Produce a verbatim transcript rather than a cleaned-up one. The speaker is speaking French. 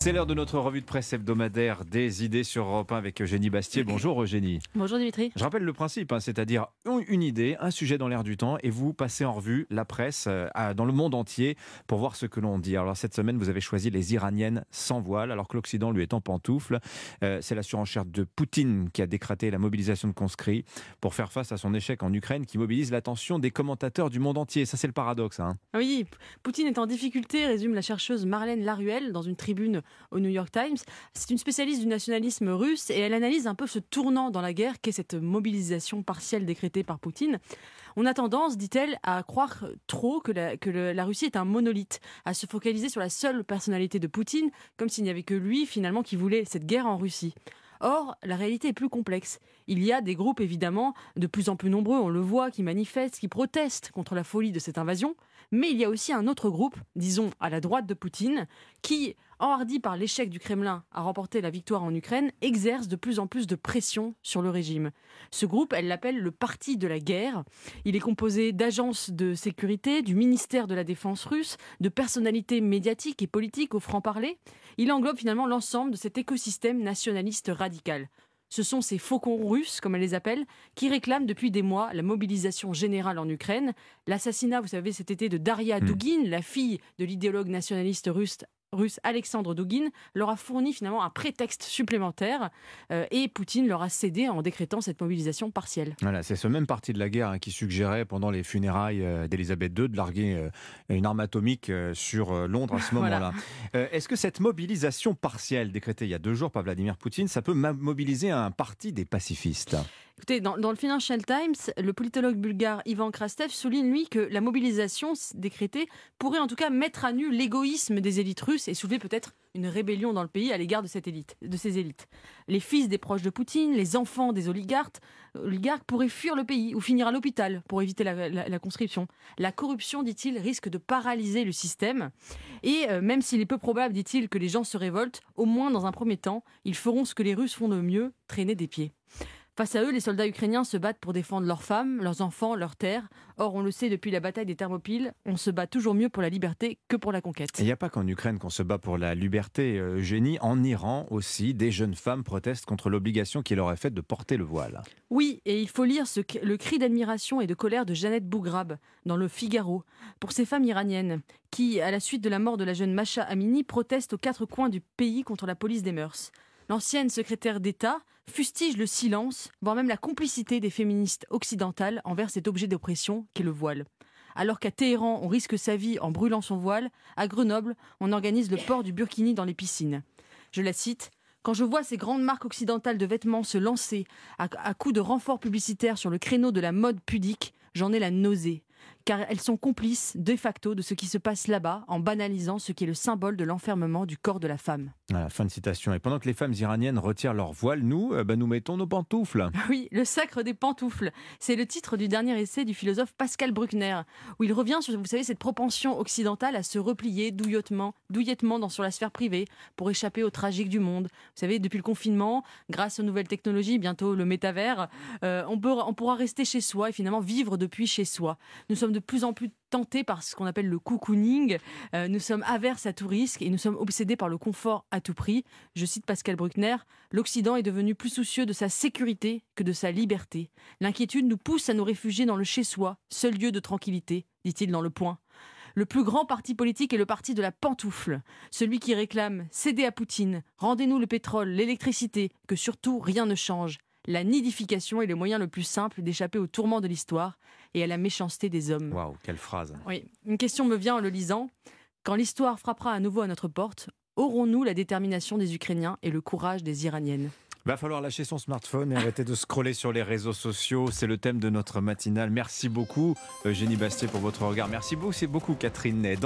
C'est l'heure de notre revue de presse hebdomadaire des idées sur Europe un avec Eugénie Bastier. Bonjour Eugénie. Bonjour Dimitri. Je rappelle le principe, hein, c'est-à-dire une idée, un sujet dans l'air du temps et vous passez en revue la presse euh, dans le monde entier pour voir ce que l'on dit. Alors cette semaine, vous avez choisi les Iraniennes sans voile alors que l'Occident lui est en pantoufles. Euh, c'est la surenchère de Poutine qui a décrété la mobilisation de conscrits pour faire face à son échec en Ukraine qui mobilise l'attention des commentateurs du monde entier. Ça c'est le paradoxe. Hein. Oui, Poutine est en difficulté, résume la chercheuse Marlène Laruelle dans une tribune au New York Times. C'est une spécialiste du nationalisme russe et elle analyse un peu ce tournant dans la guerre qu'est cette mobilisation partielle décrétée par Poutine. On a tendance, dit-elle, à croire trop que, la, que le, la Russie est un monolithe, à se focaliser sur la seule personnalité de Poutine, comme s'il n'y avait que lui, finalement, qui voulait cette guerre en Russie. Or, la réalité est plus complexe. Il y a des groupes, évidemment, de plus en plus nombreux, on le voit, qui manifestent, qui protestent contre la folie de cette invasion. Mais il y a aussi un autre groupe, disons à la droite de Poutine, qui, enhardi par l'échec du Kremlin à remporter la victoire en Ukraine, exerce de plus en plus de pression sur le régime. Ce groupe, elle l'appelle le Parti de la guerre. Il est composé d'agences de sécurité, du ministère de la Défense russe, de personnalités médiatiques et politiques au franc-parler. Il englobe finalement l'ensemble de cet écosystème nationaliste radical. Ce sont ces faucons russes, comme elle les appelle, qui réclament depuis des mois la mobilisation générale en Ukraine. L'assassinat, vous savez, cet été de Daria mmh. Douguine, la fille de l'idéologue nationaliste russe, russe Alexandre Douguine, leur a fourni finalement un prétexte supplémentaire euh, et Poutine leur a cédé en décrétant cette mobilisation partielle. Voilà, c'est ce même parti de la guerre hein, qui suggérait pendant les funérailles euh, d'Elisabeth deux de larguer euh, une arme atomique euh, sur euh, Londres à ce moment-là. Voilà. Euh, est-ce que cette mobilisation partielle décrétée il y a deux jours par Vladimir Poutine, ça peut mobiliser un parti des pacifistes ? Écoutez, dans, dans le Financial Times, le politologue bulgare Ivan Krastev souligne, lui, que la mobilisation décrétée pourrait en tout cas mettre à nu l'égoïsme des élites russes et soulever peut-être une rébellion dans le pays à l'égard de, cette élite, de ces élites. Les fils des proches de Poutine, les enfants des oligarques, oligarques pourraient fuir le pays ou finir à l'hôpital pour éviter la, la, la conscription. La corruption, dit-il, risque de paralyser le système. Et euh, même s'il est peu probable, dit-il, que les gens se révoltent, au moins dans un premier temps, ils feront ce que les Russes font de mieux, traîner des pieds. Face à eux, les soldats ukrainiens se battent pour défendre leurs femmes, leurs enfants, leurs terres. Or, on le sait depuis la bataille des Thermopyles, on se bat toujours mieux pour la liberté que pour la conquête. Il n'y a pas qu'en Ukraine qu'on se bat pour la liberté, Eugénie. En Iran aussi, des jeunes femmes protestent contre l'obligation qui leur est faite de porter le voile. Oui, et il faut lire ce, le cri d'admiration et de colère de Jeannette Bougrab dans le Figaro pour ces femmes iraniennes qui, à la suite de la mort de la jeune Masha Amini, protestent aux quatre coins du pays contre la police des mœurs. L'ancienne secrétaire d'État fustige le silence, voire même la complicité des féministes occidentales envers cet objet d'oppression qu'est le voile. Alors qu'à Téhéran, on risque sa vie en brûlant son voile, à Grenoble, on organise le port du burkini dans les piscines. Je la cite. « Quand je vois ces grandes marques occidentales de vêtements se lancer à, à coups de renforts publicitaires sur le créneau de la mode pudique, j'en ai la nausée. Car elles sont complices, de facto, de ce qui se passe là-bas, en banalisant ce qui est le symbole de l'enfermement du corps de la femme. » Voilà, fin de citation. Et pendant que les femmes iraniennes retirent leur voile, nous, euh, bah, nous mettons nos pantoufles. Oui, le sacre des pantoufles. C'est le titre du dernier essai du philosophe Pascal Bruckner, où il revient sur, vous savez, cette propension occidentale à se replier douillettement, douillettement dans, sur la sphère privée pour échapper au tragique du monde. Vous savez, depuis le confinement, grâce aux nouvelles technologies, bientôt le métavers, euh, on, peut, on pourra rester chez soi et finalement vivre depuis chez soi. Nous sommes de plus en plus tentés par ce qu'on appelle le cocooning. Euh, nous sommes averses à tout risque et nous sommes obsédés par le confort à tout prix. Je cite Pascal Bruckner, « L'Occident est devenu plus soucieux de sa sécurité que de sa liberté. L'inquiétude nous pousse à nous réfugier dans le chez-soi, seul lieu de tranquillité, dit-il dans Le Point. Le plus grand parti politique est le parti de la pantoufle, celui qui réclame « Cédez à Poutine, rendez-nous le pétrole, l'électricité, que surtout rien ne change. » La nidification est le moyen le plus simple d'échapper aux tourments de l'histoire et à la méchanceté des hommes. Waouh, quelle phrase. Oui, une question me vient en le lisant. Quand l'histoire frappera à nouveau à notre porte, aurons-nous la détermination des Ukrainiens et le courage des Iraniennes ? Va falloir lâcher son smartphone et arrêter de scroller sur les réseaux sociaux. C'est le thème de notre matinale. Merci beaucoup, Eugénie Bastier, pour votre regard. Merci beaucoup, c'est beaucoup, Catherine Ney.